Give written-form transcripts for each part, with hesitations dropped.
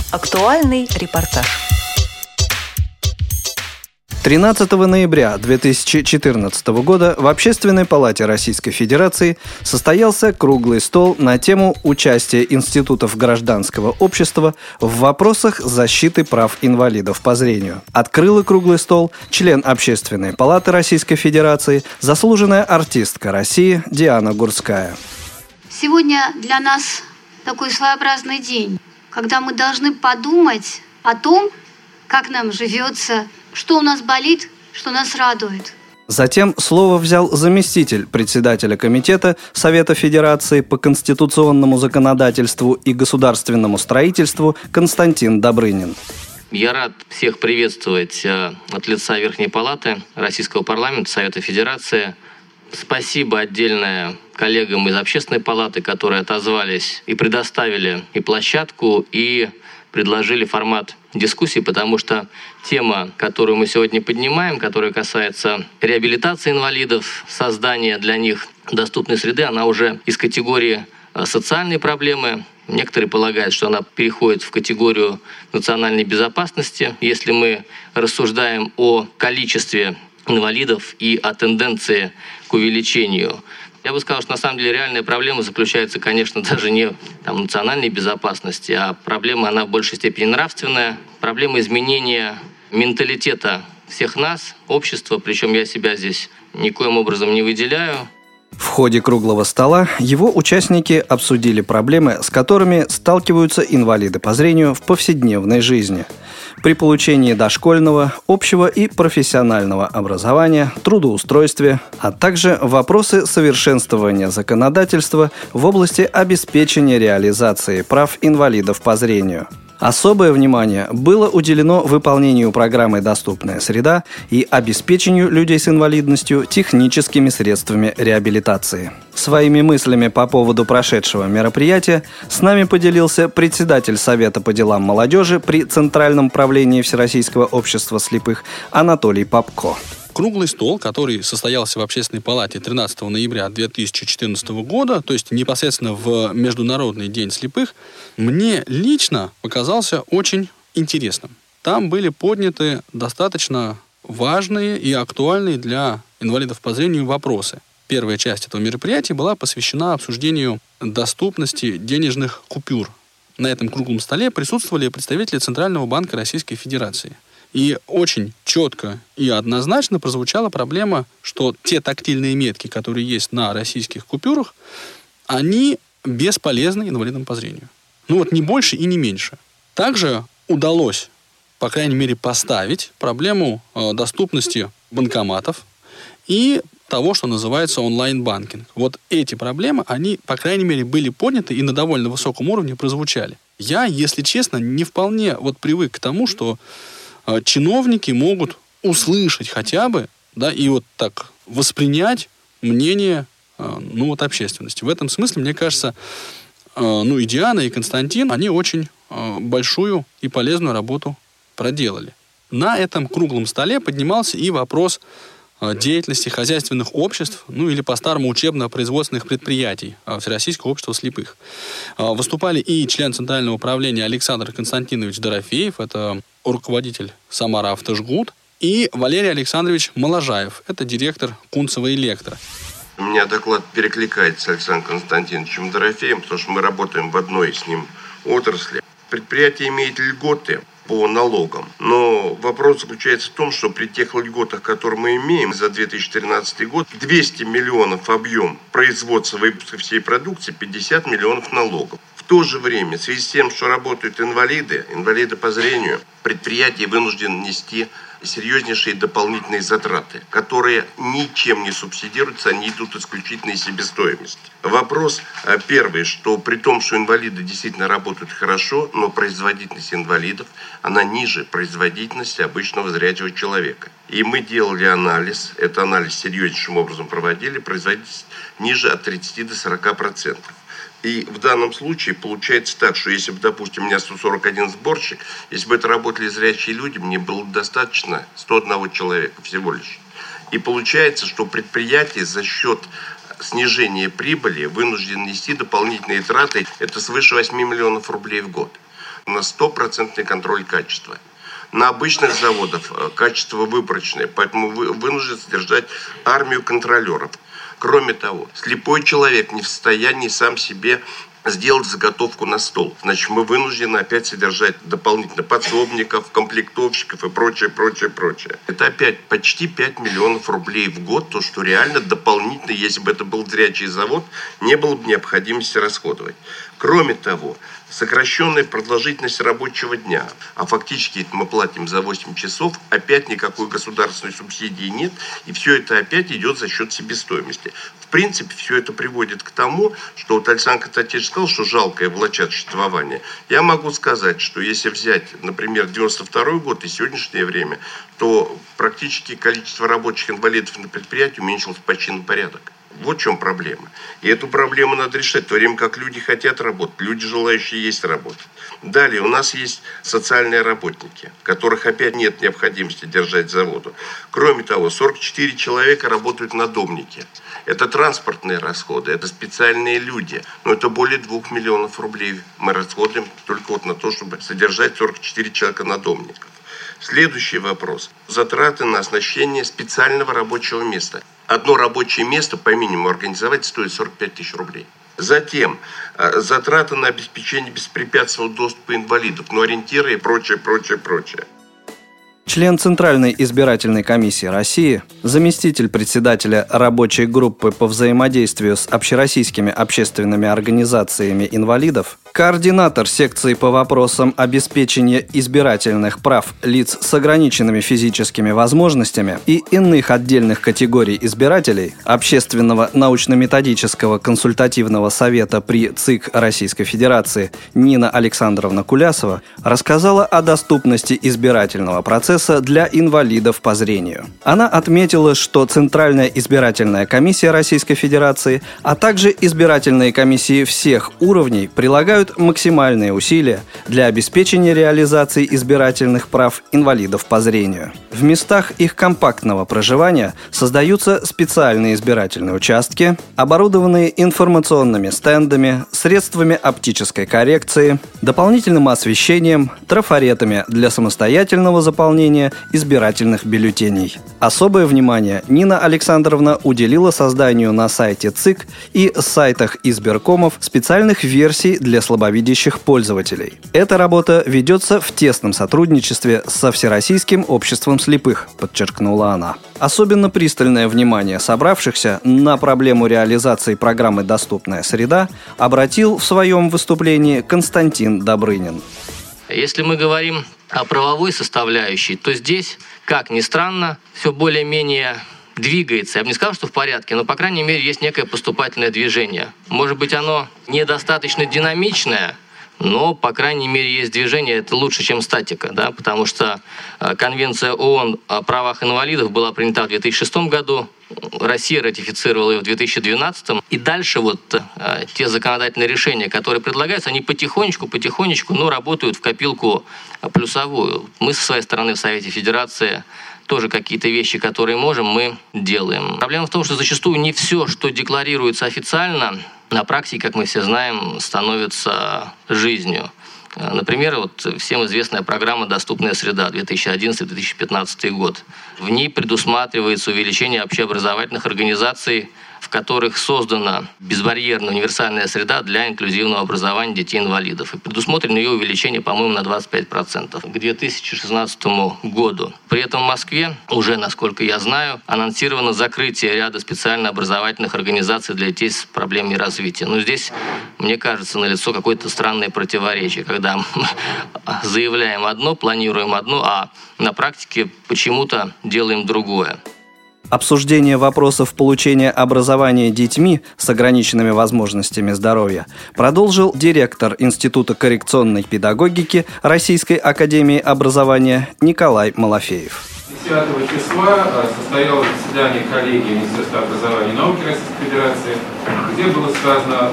Актуальный репортаж. 13 ноября 2014 года в Общественной палате Российской Федерации состоялся круглый стол на тему участия институтов гражданского общества в вопросах защиты прав инвалидов по зрению. Открыла круглый стол член Общественной палаты Российской Федерации, заслуженная артистка России Диана Гурская. Сегодня для нас такой своеобразный день, когда мы должны подумать о том, как нам живется, что у нас болит, что нас радует. Затем слово взял заместитель председателя Комитета Совета Федерации по конституционному законодательству и государственному строительству Константин Добрынин. Я рад всех приветствовать от лица Верхней Палаты Российского парламента Совета Федерации. Спасибо отдельное коллегам из Общественной палаты, которые отозвались и предоставили и площадку, и предложили формат дискуссии, потому что тема, которую мы сегодня поднимаем, которая касается реабилитации инвалидов, создания для них доступной среды, она уже из категории социальной проблемы. Некоторые полагают, что она переходит в категорию национальной безопасности. Если мы рассуждаем о количестве инвалидов и о тенденции к увеличению. Я бы сказал, что на самом деле реальная проблема заключается, конечно, даже не в национальной безопасности, а проблема, она в большей степени нравственная. Проблема изменения менталитета всех нас, общества, причем я себя здесь никоим образом не выделяю. В ходе круглого стола его участники обсудили проблемы, с которыми сталкиваются инвалиды по зрению в повседневной жизни. При получении дошкольного, общего и профессионального образования, трудоустройстве, а также вопросы совершенствования законодательства в области обеспечения реализации прав инвалидов по зрению. Особое внимание было уделено выполнению программы «Доступная среда» и обеспечению людей с инвалидностью техническими средствами реабилитации. Своими мыслями по поводу прошедшего мероприятия с нами поделился председатель Совета по делам молодежи при Центральном правлении Всероссийского общества слепых Анатолий Попко. Круглый стол, который состоялся в Общественной палате 13 ноября 2014 года, то есть непосредственно в Международный день слепых, мне лично показался очень интересным. Там были подняты достаточно важные и актуальные для инвалидов по зрению вопросы. Первая часть этого мероприятия была посвящена обсуждению доступности денежных купюр. На этом круглом столе присутствовали представители Центрального банка Российской Федерации. И очень четко и однозначно прозвучала проблема, что те тактильные метки, которые есть на российских купюрах, они бесполезны инвалидам по зрению. Не больше и не меньше. Также удалось, по крайней мере, поставить проблему доступности банкоматов и того, что называется онлайн-банкинг. Вот эти проблемы, они, по крайней мере, были подняты и на довольно высоком уровне прозвучали. Я, если честно, не вполне привык к тому, что чиновники могут услышать хотя бы, и так воспринять мнение общественности. В этом смысле, мне кажется, и Диана, и Константин, они очень большую и полезную работу проделали. На этом круглом столе поднимался и вопрос деятельности хозяйственных обществ, или по-старому учебно-производственных предприятий Всероссийского общества слепых. Выступали и член Центрального управления Александр Константинович Дорофеев, это руководитель Самара-Автожгут, и Валерий Александрович Моложаев, это директор Кунцево Электро. У меня доклад перекликается с Александром Константиновичем Дорофеевым, потому что мы работаем в одной с ним отрасли. Предприятие имеет льготы по налогам. Но вопрос заключается в том, что при тех льготах, которые мы имеем за 2013 год, 200 миллионов объем производства выпуска всей продукции, 50 миллионов налогов. В то же время, в связи с тем, что работают инвалиды по зрению, предприятие вынуждено нести серьезнейшие дополнительные затраты, которые ничем не субсидируются, они идут исключительно из себестоимости. Вопрос первый, что при том, что инвалиды действительно работают хорошо, но производительность инвалидов, она ниже производительности обычного зрячего человека. И мы делали анализ, этот анализ серьезнейшим образом проводили, производительность ниже от 30 до 40%. И в данном случае получается так, что если бы, допустим, у меня 141 сборщик, если бы это работали зрячие люди, мне было достаточно 101 человека всего лишь. И получается, что предприятие за счет снижения прибыли вынуждено нести дополнительные траты, это свыше 8 миллионов рублей в год. У нас 100% контроль качества. На обычных заводах качество выборочное, поэтому вынужден содержать армию контролеров. Кроме того, слепой человек не в состоянии сам себе сделать заготовку на стол. Значит, мы вынуждены опять содержать дополнительно подсобников, комплектовщиков и прочее. Это опять почти 5 миллионов рублей в год, то, что реально дополнительно, если бы это был зрячий завод, не было бы необходимости расходовать. Кроме того, сокращенная продолжительность рабочего дня, а фактически мы платим за 8 часов, опять никакой государственной субсидии нет, и все это опять идет за счет себестоимости. В принципе, все это приводит к тому, что вот Александр Константинович сказал, что жалкое влачат существование. Я могу сказать, что если взять, например, 92 год и сегодняшнее время, то практически количество рабочих инвалидов на предприятии уменьшилось почти на порядок. Вот в чем проблема. И эту проблему надо решать, в то время как люди хотят работать, люди, желающие есть работать. Далее у нас есть социальные работники, которых опять нет необходимости держать заводу. Кроме того, 44 человека работают на домнике. Это транспортные расходы, это специальные люди. Но это более 2 миллионов рублей мы расходуем только вот на то, чтобы содержать 44 человека на домниках. Следующий вопрос. Затраты на оснащение специального рабочего места. Одно рабочее место по минимуму организовать стоит 45 тысяч рублей. Затем затраты на обеспечение беспрепятственного доступа инвалидов, ориентиры и прочее. Член Центральной избирательной комиссии России, заместитель председателя рабочей группы по взаимодействию с общероссийскими общественными организациями инвалидов, координатор секции по вопросам обеспечения избирательных прав лиц с ограниченными физическими возможностями и иных отдельных категорий избирателей Общественного научно-методического консультативного совета при ЦИК Российской Федерации Нина Александровна Кулясова рассказала о доступности избирательного процесса для инвалидов по зрению. Она отметила, что Центральная избирательная комиссия Российской Федерации, а также избирательные комиссии всех уровней прилагают максимальные усилия для обеспечения реализации избирательных прав инвалидов по зрению. В местах их компактного проживания создаются специальные избирательные участки, оборудованные информационными стендами, средствами оптической коррекции, дополнительным освещением, трафаретами для самостоятельного заполнения избирательных бюллетеней. Особое внимание Нина Александровна уделила созданию на сайте ЦИК и сайтах избиркомов специальных версий для слабовидящих пользователей. Эта работа ведется в тесном сотрудничестве со Всероссийским обществом слепых, подчеркнула она. Особенно пристальное внимание собравшихся на проблему реализации программы «Доступная среда» обратил в своем выступлении Константин Добрынин. Если мы говорим о правовой составляющей, то здесь, как ни странно, все более-менее двигается. Я бы не сказал, что в порядке, но, по крайней мере, есть некое поступательное движение. Может быть, оно недостаточно динамичное, но, по крайней мере, есть движение, это лучше, чем статика, да, потому что Конвенция ООН о правах инвалидов была принята в 2006 году, Россия ратифицировала ее в 2012, и дальше вот те законодательные решения, которые предлагаются, они потихонечку, но работают в копилку плюсовую. Мы со своей стороны в Совете Федерации тоже какие-то вещи, которые можем, мы делаем. Проблема в том, что зачастую не все, что декларируется официально, на практике, как мы все знаем, становится жизнью. Например, вот всем известная программа «Доступная среда» 2011-2015 год. В ней предусматривается увеличение общеобразовательных организаций, в которых создана безбарьерная универсальная среда для инклюзивного образования детей-инвалидов. И предусмотрено ее увеличение, по-моему, на 25% к 2016 году. При этом в Москве уже, насколько я знаю, анонсировано закрытие ряда специально образовательных организаций для детей с проблемами развития. Но здесь, мне кажется, налицо какое-то странное противоречие, когда мы заявляем одно, планируем одно, а на практике почему-то делаем другое. Обсуждение вопросов получения образования детьми с ограниченными возможностями здоровья продолжил директор Института коррекционной педагогики Российской академии образования Николай Малафеев. 10 числа состоялось заседание коллегии Министерства образования и науки Российской Федерации, где было сказано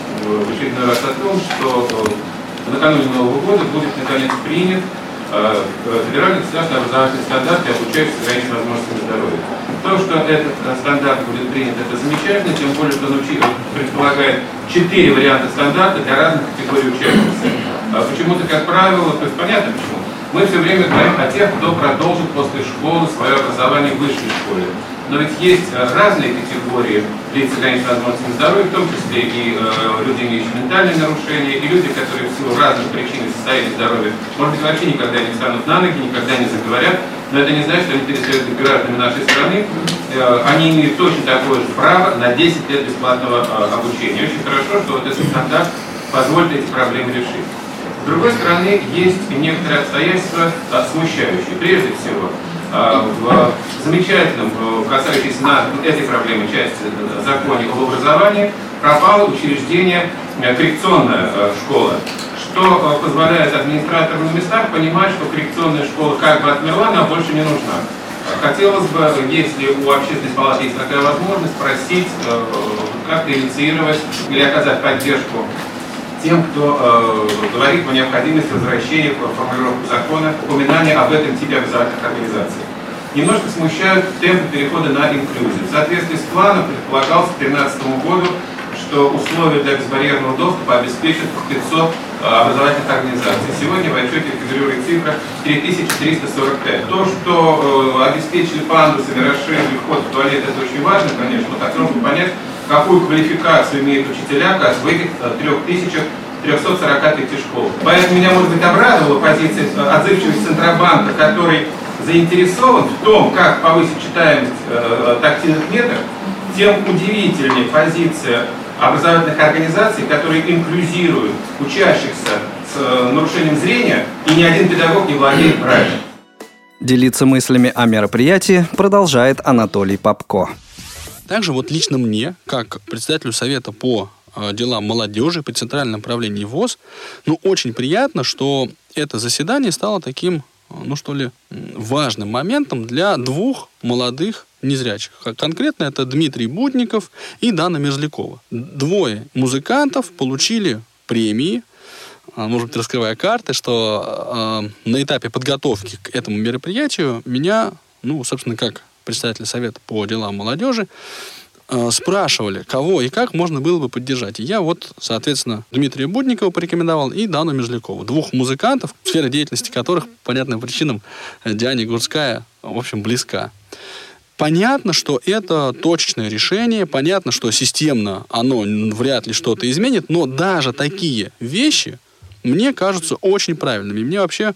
в очередной раз о том, что накануне Нового года будет наконец принят федеральный государственный образовательный стандарт для обучающихся с ограниченными возможностями здоровья. То, что этот стандарт будет принят, это замечательно, тем более, что он предполагает 4 варианта стандарта для разных категорий учащихся. почему-то, как правило, то есть понятно почему, мы все время говорим о тех, кто продолжит после школы свое образование в высшей школе. Но ведь есть разные категории лиц с ограниченными возможностями здоровья, в том числе и люди, имеющие ментальные нарушения, и люди, которые в силу разных причин и состояния здоровья, может быть, вообще никогда не встанут на ноги, никогда не заговорят, но это не значит, что они перестают быть гражданами нашей страны. Они имеют точно такое же право на 10 лет бесплатного обучения. Очень хорошо, что вот этот стандарт позволит эти проблемы решить. С другой стороны, есть некоторые обстоятельства смущающие. Прежде всего, в замечательном, касающейся этой проблемы части законе об образовании, пропало учреждение коррекционная школа, что позволяет администраторам на местах понимать, что коррекционная школа как бы отмерла, она больше не нужна. Хотелось бы, если у общественной палаты есть такая возможность, спросить, как-то инициировать или оказать поддержку тем, кто говорит о необходимости возвращения в формулировку закона, упоминания об этом типе образовательных организаций. Немножко смущают темпы перехода на инклюзию. В соответствии с планом предполагалось к 2013 году, что условия для безбарьерного доступа обеспечат 500 образовательных организаций. Сегодня в отчете фигурирует цифра 3345. То, что обеспечили пандусами, расширили вход в туалет, это очень важно, конечно, но хотелось бы понять, какую квалификацию имеют учителя в этих 3345 школ. Поэтому меня, может быть, обрадовала позиция отзывчивости Центробанка, который заинтересован в том, как повысить читаемость тактильных метров, тем удивительнее позиция образовательных организаций, которые инклюзируют учащихся с нарушением зрения, и ни один педагог не владеет брайлем. Делиться мыслями о мероприятии продолжает Анатолий Попко. Также вот лично мне, как председателю Совета по делам молодежи при Центральном правлении ВОС, очень приятно, что это заседание стало таким, важным моментом для двух молодых незрячих. Конкретно это Дмитрий Будников и Дана Мерзлякова. Двое музыкантов получили премии, может быть, раскрывая карты, что на этапе подготовки к этому мероприятию меня, собственно, как председатель Совета по делам молодежи, спрашивали, кого и как можно было бы поддержать. И я соответственно, Дмитрия Будникова порекомендовал и Дану Мерзлякову. Двух музыкантов, сфера деятельности которых, по понятным причинам, Диане Гурцкая, в общем, близка. Понятно, что это точечное решение, понятно, что системно оно вряд ли что-то изменит, но даже такие вещи мне кажутся очень правильными. И мне вообще,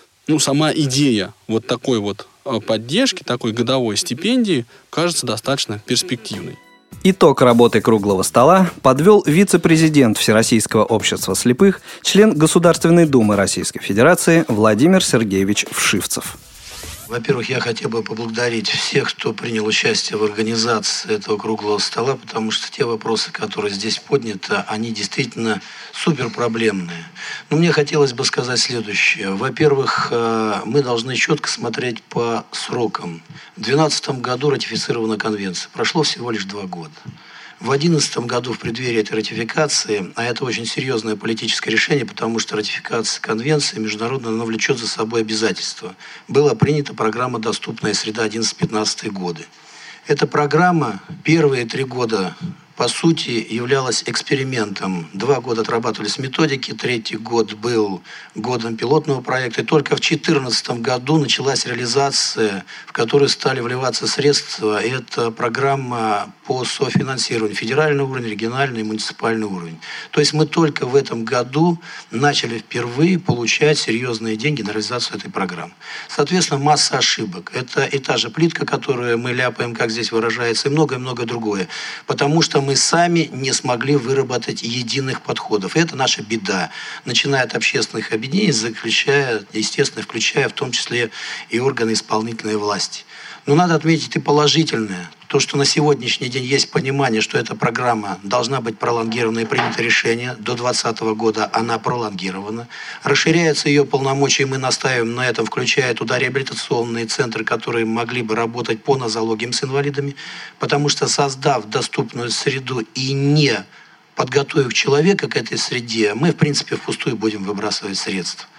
сама идея такой поддержки, такой годовой стипендии кажется достаточно перспективной. Итог работы круглого стола подвел вице-президент Всероссийского общества слепых, член Государственной Думы Российской Федерации Владимир Сергеевич Вшивцев. Во-первых, я хотел бы поблагодарить всех, кто принял участие в организации этого круглого стола, потому что те вопросы, которые здесь подняты, они действительно суперпроблемные. Но мне хотелось бы сказать следующее. Во-первых, мы должны четко смотреть по срокам. В 2012 году ратифицирована конвенция. Прошло всего лишь 2 года. В 2011 году, в преддверии этой ратификации, а это очень серьезное политическое решение, потому что ратификация конвенции международная, она влечет за собой обязательства, была принята программа «Доступная среда» 11-15 годы. Эта программа первые 3 года, по сути, являлась экспериментом. 2 года отрабатывались методики, 3-й год был годом пилотного проекта. И только в 2014 году началась реализация, в которую стали вливаться средства. И это программа по софинансированию. Федеральный уровень, региональный и муниципальный уровень. То есть мы только в этом году начали впервые получать серьезные деньги на реализацию этой программы. Соответственно, масса ошибок. Это и та же плитка, которую мы ляпаем, как здесь выражается, и многое-многое другое. Потому что мы сами не смогли выработать единых подходов. И это наша беда. Начиная от общественных объединений, естественно, включая в том числе и органы исполнительной власти. Но надо отметить и положительное. То, что на сегодняшний день есть понимание, что эта программа должна быть пролонгирована и принято решение. До 2020 года она пролонгирована. Расширяются ее полномочия, и мы настаиваем на этом, включая туда реабилитационные центры, которые могли бы работать по нозологиям с инвалидами. Потому что, создав доступную среду и не подготовив человека к этой среде, мы, в принципе, впустую будем выбрасывать средства.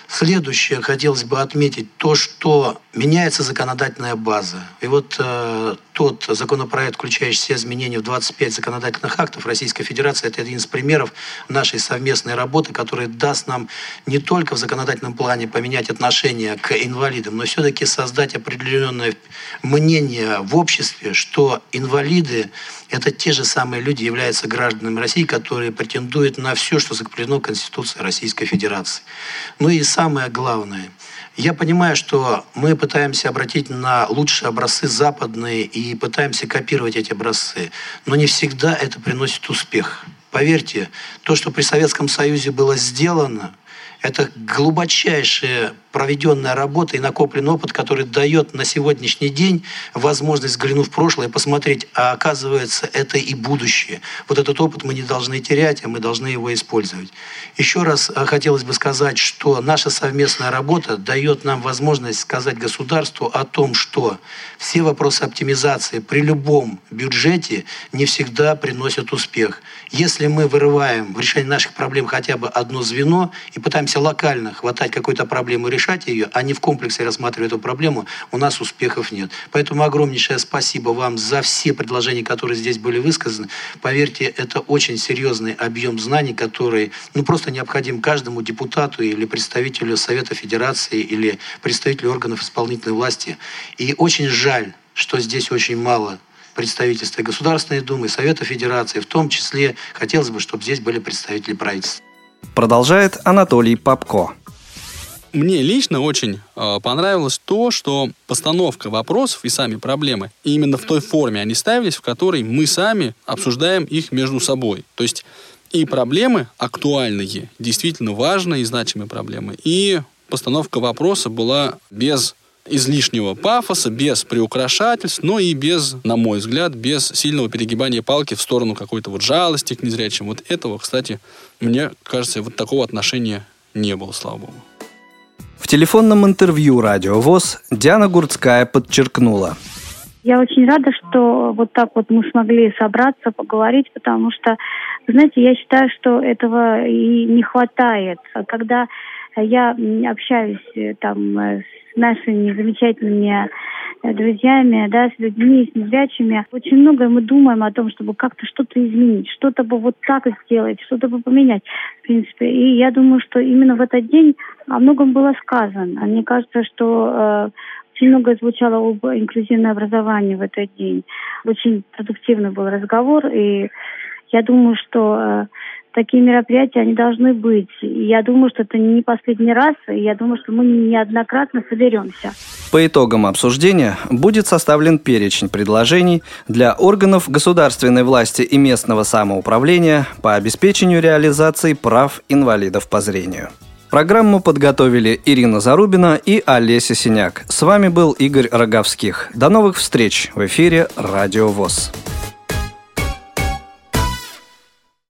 Следующее, хотелось бы отметить то, что меняется законодательная база. И вот тот законопроект, включающий все изменения в 25 законодательных актов Российской Федерации, это один из примеров нашей совместной работы, который даст нам не только в законодательном плане поменять отношение к инвалидам, но все-таки создать определенное мнение в обществе, что инвалиды – это те же самые люди, являются гражданами России, которые претендуют на все, что закреплено в Конституции Российской Федерации. Ну и самое главное, я понимаю, что мы пытаемся обратить на лучшие образцы западные и пытаемся копировать эти образцы, но не всегда это приносит успех. Поверьте, то, что при Советском Союзе было сделано, это глубочайшая проведенная работа и накопленный опыт, который дает на сегодняшний день возможность, взглянув в прошлое, посмотреть, а оказывается, это и будущее. Вот этот опыт мы не должны терять, а мы должны его использовать. Еще раз хотелось бы сказать, что наша совместная работа дает нам возможность сказать государству о том, что все вопросы оптимизации при любом бюджете не всегда приносят успех. Если мы вырываем в решении наших проблем хотя бы одно звено и пытаемся локально хватать какую-то проблему и решать ее, а не в комплексе рассматривать эту проблему, у нас успехов нет. Поэтому огромнейшее спасибо вам за все предложения, которые здесь были высказаны. Поверьте, это очень серьезный объем знаний, который просто необходим каждому депутату или представителю Совета Федерации или представителю органов исполнительной власти. И очень жаль, что здесь очень мало представительства Государственной Думы, Совета Федерации, в том числе хотелось бы, чтобы здесь были представители правительства. Продолжает Анатолий Попко. Мне лично очень понравилось то, что постановка вопросов и сами проблемы именно в той форме они ставились, в которой мы сами обсуждаем их между собой. То есть и проблемы актуальные, действительно важные и значимые проблемы, и постановка вопроса была без излишнего пафоса, без приукрашательств, но и без, на мой взгляд, без сильного перегибания палки в сторону какой-то жалости к незрячим. Вот этого, кстати, мне кажется, такого отношения не было, слава богу. В телефонном интервью «Радио ВОС» Диана Гурцкая подчеркнула. Я очень рада, что вот так вот мы смогли собраться, поговорить, потому что, знаете, я считаю, что этого и не хватает. Когда я общаюсь там с нашими замечательными друзьями, с людьми, с незрячими, очень много мы думаем о том, чтобы как-то что-то изменить, что-то бы вот так сделать, что-то бы поменять, в принципе. И я думаю, что именно в этот день о многом было сказано. Мне кажется, что очень много звучало об инклюзивном образовании в этот день. Очень продуктивный был разговор, и я думаю, что такие мероприятия, они должны быть. И я думаю, что это не последний раз, и я думаю, что мы неоднократно соберемся. По итогам обсуждения будет составлен перечень предложений для органов государственной власти и местного самоуправления по обеспечению реализации прав инвалидов по зрению. Программу подготовили Ирина Зарубина и Олеся Синяк. С вами был Игорь Роговских. До новых встреч в эфире «Радио ВОС».